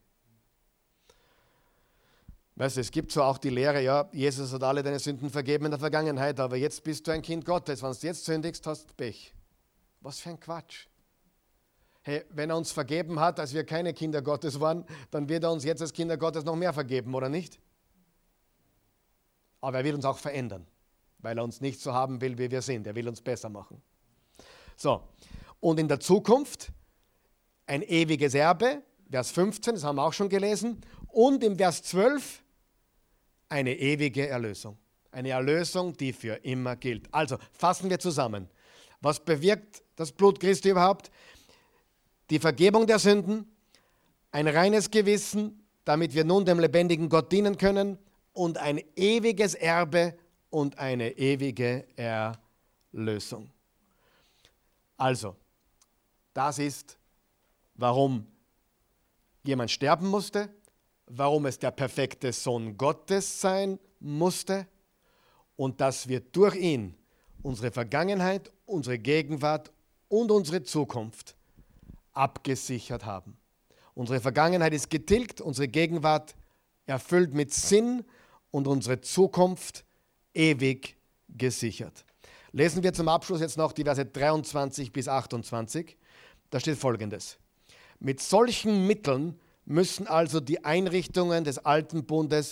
Weißt du, es gibt so auch die Lehre, ja, Jesus hat alle deine Sünden vergeben in der Vergangenheit, aber jetzt bist du ein Kind Gottes. Wenn du jetzt sündigst, hast du Pech. Was für ein Quatsch. Hey, wenn er uns vergeben hat, als wir keine Kinder Gottes waren, dann wird er uns jetzt als Kinder Gottes noch mehr vergeben, oder nicht? Aber er will uns auch verändern, weil er uns nicht so haben will, wie wir sind. Er will uns besser machen. So, und in der Zukunft ein ewiges Erbe, Vers 15, das haben wir auch schon gelesen, und im Vers 12 eine ewige Erlösung. Eine Erlösung, die für immer gilt. Also fassen wir zusammen. Was bewirkt das Blut Christi überhaupt? Die Vergebung der Sünden, ein reines Gewissen, damit wir nun dem lebendigen Gott dienen können, und ein ewiges Erbe und eine ewige Erlösung. Also, das ist, warum jemand sterben musste, warum es der perfekte Sohn Gottes sein musste und dass wir durch ihn unsere Vergangenheit, unsere Gegenwart und unsere Zukunft abgesichert haben. Unsere Vergangenheit ist getilgt, unsere Gegenwart erfüllt mit Sinn und unsere Zukunft ewig gesichert. Lesen wir zum Abschluss jetzt noch die Verse 23 bis 28. Da steht Folgendes. Mit solchen Mitteln müssen also die Einrichtungen des alten Bundes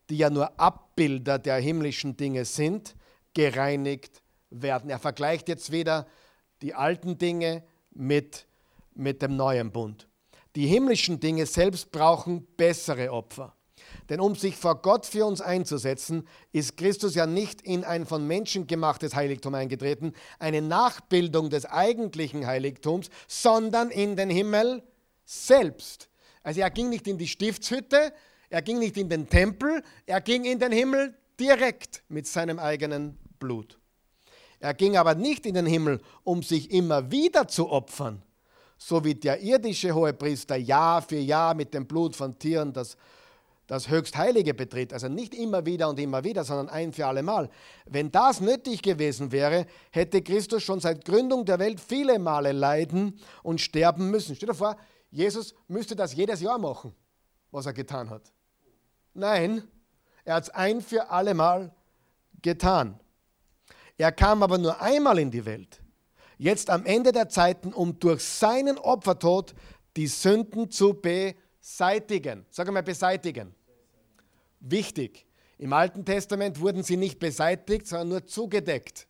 die ja nur Abbilder der himmlischen Dinge sind, gereinigt werden. Er vergleicht jetzt wieder die alten Dinge mit dem neuen Bund. Die himmlischen Dinge selbst brauchen bessere Opfer. Denn um sich vor Gott für uns einzusetzen, ist Christus ja nicht in ein von Menschen gemachtes Heiligtum eingetreten, eine Nachbildung des eigentlichen Heiligtums, sondern in den Himmel selbst. Also er ging nicht in die Stiftshütte, er ging nicht in den Tempel, er ging in den Himmel direkt mit seinem eigenen Blut. Er ging aber nicht in den Himmel, um sich immer wieder zu opfern, so wie der irdische Hohepriester Jahr für Jahr mit dem Blut von Tieren das Höchstheilige betritt. Also nicht immer wieder, sondern ein für alle Mal. Wenn das nötig gewesen wäre, hätte Christus schon seit Gründung der Welt viele Male leiden und sterben müssen. Stell dir vor, Jesus müsste das jedes Jahr machen, was er getan hat. Nein, er hat es ein für alle Mal getan. Er kam aber nur einmal in die Welt, jetzt am Ende der Zeiten, um durch seinen Opfertod die Sünden zu beseitigen. Sag einmal beseitigen. Wichtig. Im Alten Testament wurden sie nicht beseitigt, sondern nur zugedeckt.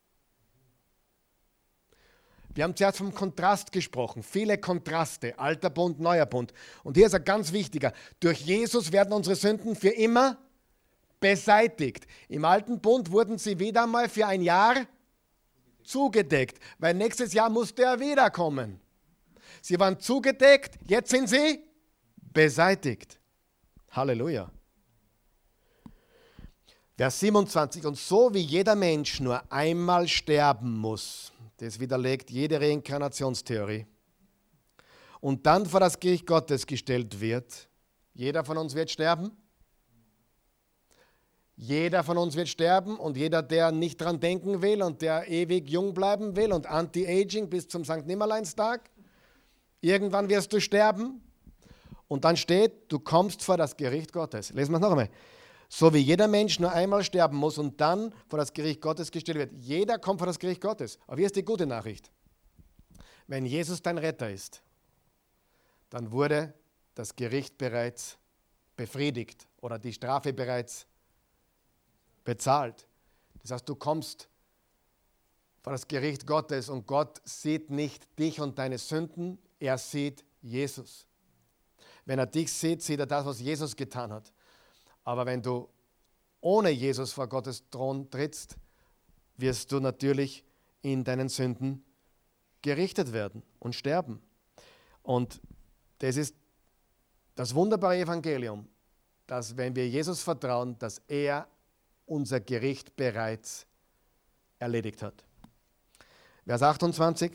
Wir haben zuerst vom Kontrast gesprochen. Viele Kontraste. Alter Bund, neuer Bund. Und hier ist ein ganz wichtiger. Durch Jesus werden unsere Sünden für immer beseitigt. Im Alten Bund wurden sie wieder einmal für ein Jahr zugedeckt, weil nächstes Jahr musste er wiederkommen. Sie waren zugedeckt, jetzt sind sie beseitigt. Halleluja. Vers 27. Und so wie jeder Mensch nur einmal sterben muss, das widerlegt jede Reinkarnationstheorie, und dann vor das Gericht Gottes gestellt wird, jeder von uns wird sterben. Jeder von uns wird sterben und jeder, der nicht dran denken will und der ewig jung bleiben will und Anti-Aging bis zum Sankt Nimmerleinstag, irgendwann wirst du sterben. Und dann steht, du kommst vor das Gericht Gottes. Lesen wir es noch einmal. So wie jeder Mensch nur einmal sterben muss und dann vor das Gericht Gottes gestellt wird. Jeder kommt vor das Gericht Gottes. Aber hier ist die gute Nachricht. Wenn Jesus dein Retter ist, dann wurde das Gericht bereits befriedigt oder die Strafe bereits bezahlt. Das heißt, du kommst vor das Gericht Gottes und Gott sieht nicht dich und deine Sünden, er sieht Jesus. Wenn er dich sieht, sieht er das, was Jesus getan hat. Aber wenn du ohne Jesus vor Gottes Thron trittst, wirst du natürlich in deinen Sünden gerichtet werden und sterben. Und das ist das wunderbare Evangelium, dass wenn wir Jesus vertrauen, dass er unser Gericht bereits erledigt hat. Vers 28.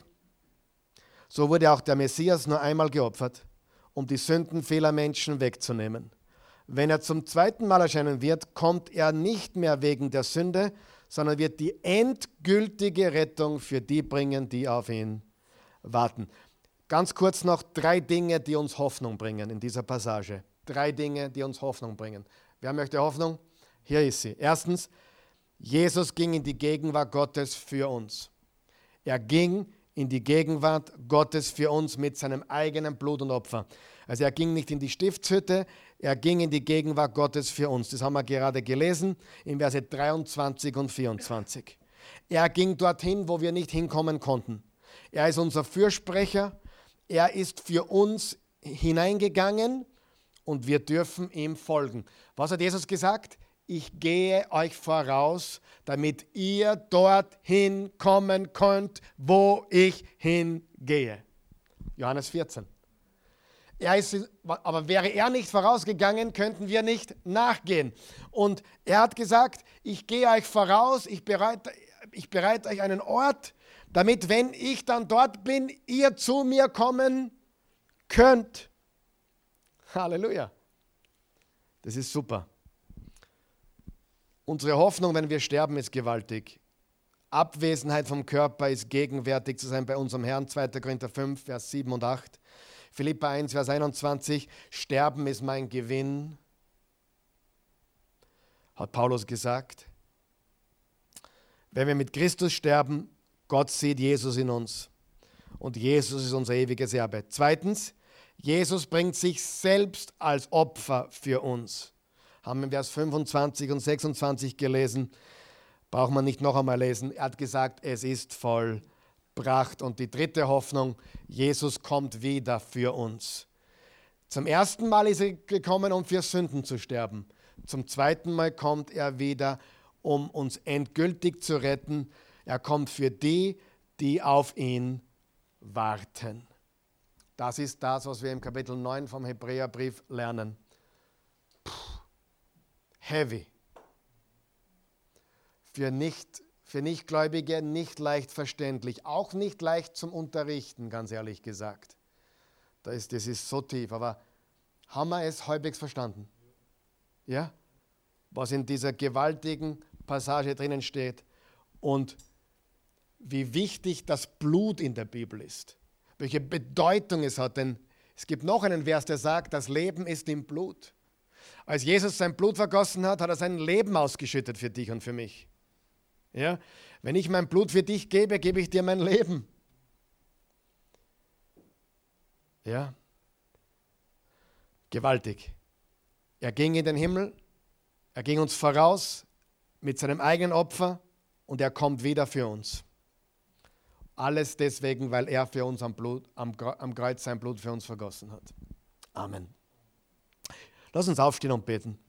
So wurde auch der Messias nur einmal geopfert, um die Sünden vieler Menschen wegzunehmen. Wenn er zum zweiten Mal erscheinen wird, kommt er nicht mehr wegen der Sünde, sondern wird die endgültige Rettung für die bringen, die auf ihn warten. Ganz kurz noch 3 Dinge, die uns Hoffnung bringen in dieser Passage. 3 Dinge, die uns Hoffnung bringen. Wer möchte Hoffnung? Hier ist sie. Erstens, Jesus ging in die Gegenwart Gottes für uns. Er ging in die Gegenwart Gottes für uns mit seinem eigenen Blut und Opfer. Also er ging nicht in die Stiftshütte, er ging in die Gegenwart Gottes für uns. Das haben wir gerade gelesen in Verse 23 und 24. Er ging dorthin, wo wir nicht hinkommen konnten. Er ist unser Fürsprecher, er ist für uns hineingegangen und wir dürfen ihm folgen. Was hat Jesus gesagt? Ich gehe euch voraus, damit ihr dorthin kommen könnt, wo ich hingehe. Johannes 14. Aber wäre er nicht vorausgegangen, könnten wir nicht nachgehen. Und er hat gesagt, ich gehe euch voraus, ich bereite euch einen Ort, damit, wenn ich dann dort bin, ihr zu mir kommen könnt. Halleluja. Das ist super. Unsere Hoffnung, wenn wir sterben, ist gewaltig. Abwesenheit vom Körper ist gegenwärtig zu sein bei unserem Herrn. 2. Korinther 5, Vers 7 und 8. Philipper 1, Vers 21. Sterben ist mein Gewinn, hat Paulus gesagt. Wenn wir mit Christus sterben, Gott sieht Jesus in uns. Und Jesus ist unser ewiges Erbe. Zweitens, Jesus bringt sich selbst als Opfer für uns. haben in Vers 25 und 26 gelesen, braucht man nicht noch einmal lesen. Er hat gesagt, es ist vollbracht. Und die dritte Hoffnung, Jesus kommt wieder für uns. Zum ersten Mal ist er gekommen, um für Sünden zu sterben. Zum zweiten Mal kommt er wieder, um uns endgültig zu retten. Er kommt für die, die auf ihn warten. Das ist das, was wir im Kapitel 9 vom Hebräerbrief lernen. Heavy. Für Nichtgläubige nicht leicht verständlich, auch nicht leicht zum Unterrichten, ganz ehrlich gesagt. Das ist so tief, aber haben wir es halbwegs verstanden? Ja? Was in dieser gewaltigen Passage drinnen steht und wie wichtig das Blut in der Bibel ist, welche Bedeutung es hat, denn es gibt noch einen Vers, der sagt, das Leben ist im Blut. Als Jesus sein Blut vergossen hat, hat er sein Leben ausgeschüttet für dich und für mich. Ja? Wenn ich mein Blut für dich gebe, gebe ich dir mein Leben. Ja? Gewaltig. Er ging in den Himmel, er ging uns voraus mit seinem eigenen Opfer und er kommt wieder für uns. Alles deswegen, weil er für uns am Kreuz sein Blut für uns vergossen hat. Amen. Lass uns aufstehen und beten.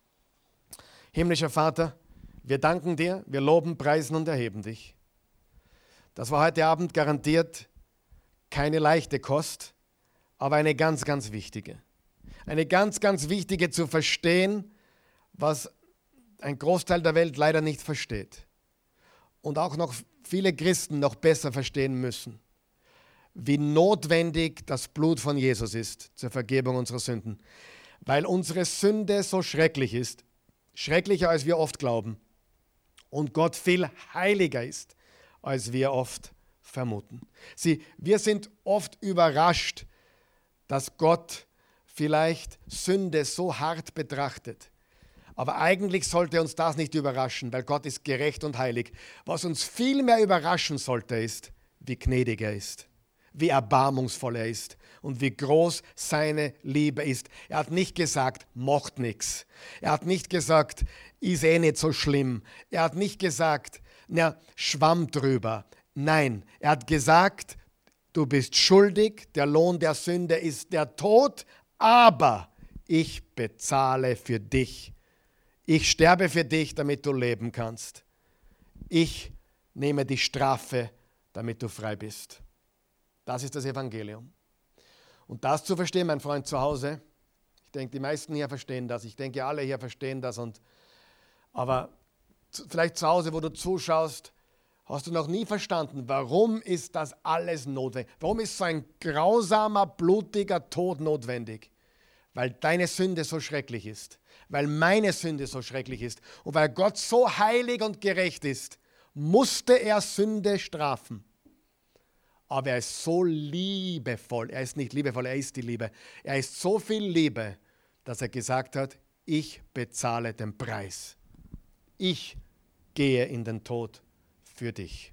Himmlischer Vater, wir danken dir, wir loben, preisen und erheben dich. Das war heute Abend garantiert keine leichte Kost, aber eine ganz, ganz wichtige. Eine ganz, ganz wichtige zu verstehen, was ein Großteil der Welt leider nicht versteht. Und auch noch viele Christen noch besser verstehen müssen, wie notwendig das Blut von Jesus ist zur Vergebung unserer Sünden. Weil unsere Sünde so schrecklich ist, schrecklicher als wir oft glauben und Gott viel heiliger ist, als wir oft vermuten. Wir sind oft überrascht, dass Gott vielleicht Sünde so hart betrachtet. Aber eigentlich sollte uns das nicht überraschen, weil Gott ist gerecht und heilig. Was uns viel mehr überraschen sollte, ist, wie gnädig er ist, wie erbarmungsvoll er ist und wie groß seine Liebe ist. Er hat nicht gesagt, macht nichts. Er hat nicht gesagt, ist eh nicht so schlimm. Er hat nicht gesagt, na, schwamm drüber. Nein, er hat gesagt, du bist schuldig, der Lohn der Sünde ist der Tod, aber ich bezahle für dich. Ich sterbe für dich, damit du leben kannst. Ich nehme die Strafe, damit du frei bist. Das ist das Evangelium. Und das zu verstehen, mein Freund, zu Hause, ich denke, die meisten hier verstehen das, ich denke, alle hier verstehen das, aber vielleicht zu Hause, wo du zuschaust, hast du noch nie verstanden, warum ist das alles notwendig? Warum ist so ein grausamer, blutiger Tod notwendig? Weil deine Sünde so schrecklich ist, weil meine Sünde so schrecklich ist und weil Gott so heilig und gerecht ist, musste er Sünde strafen. Aber er ist so liebevoll, er ist nicht liebevoll, er ist die Liebe. Er ist so viel Liebe, dass er gesagt hat, ich bezahle den Preis. Ich gehe in den Tod für dich.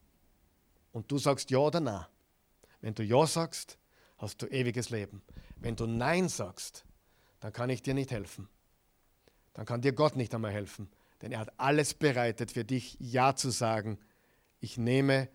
Und du sagst ja oder nein. Wenn du ja sagst, hast du ewiges Leben. Wenn du Nein sagst, dann kann ich dir nicht helfen. Dann kann dir Gott nicht einmal helfen. Denn er hat alles bereitet für dich, Ja zu sagen. Ich nehme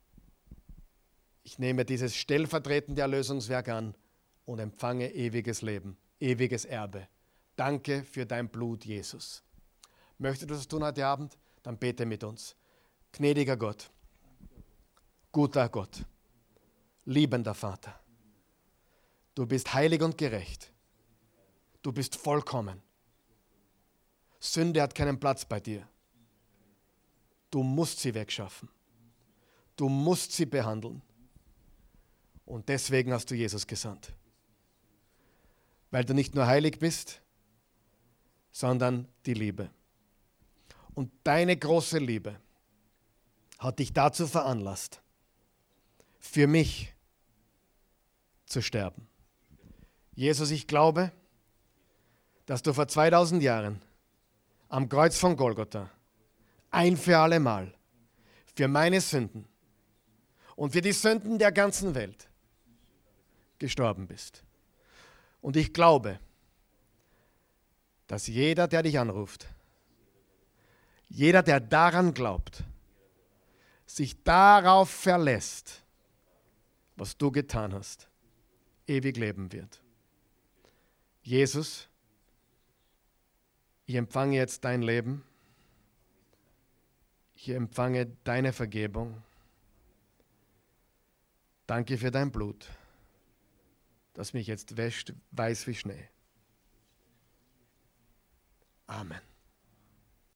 dieses stellvertretende Erlösungswerk an und empfange ewiges Leben, ewiges Erbe. Danke für dein Blut, Jesus. Möchtest du das tun heute Abend? Dann bete mit uns. Gnädiger Gott, guter Gott, liebender Vater, du bist heilig und gerecht. Du bist vollkommen. Sünde hat keinen Platz bei dir. Du musst sie wegschaffen. Du musst sie behandeln. Und deswegen hast du Jesus gesandt. Weil du nicht nur heilig bist, sondern die Liebe. Und deine große Liebe hat dich dazu veranlasst, für mich zu sterben. Jesus, ich glaube, dass du vor 2000 Jahren am Kreuz von Golgotha ein für alle Mal für meine Sünden und für die Sünden der ganzen Welt gestorben bist. Und ich glaube, dass jeder, der dich anruft, jeder, der daran glaubt, sich darauf verlässt, was du getan hast, ewig leben wird. Jesus, ich empfange jetzt dein Leben. Ich empfange deine Vergebung. Danke für dein Blut, das mich jetzt wäscht, weiß wie Schnee. Amen.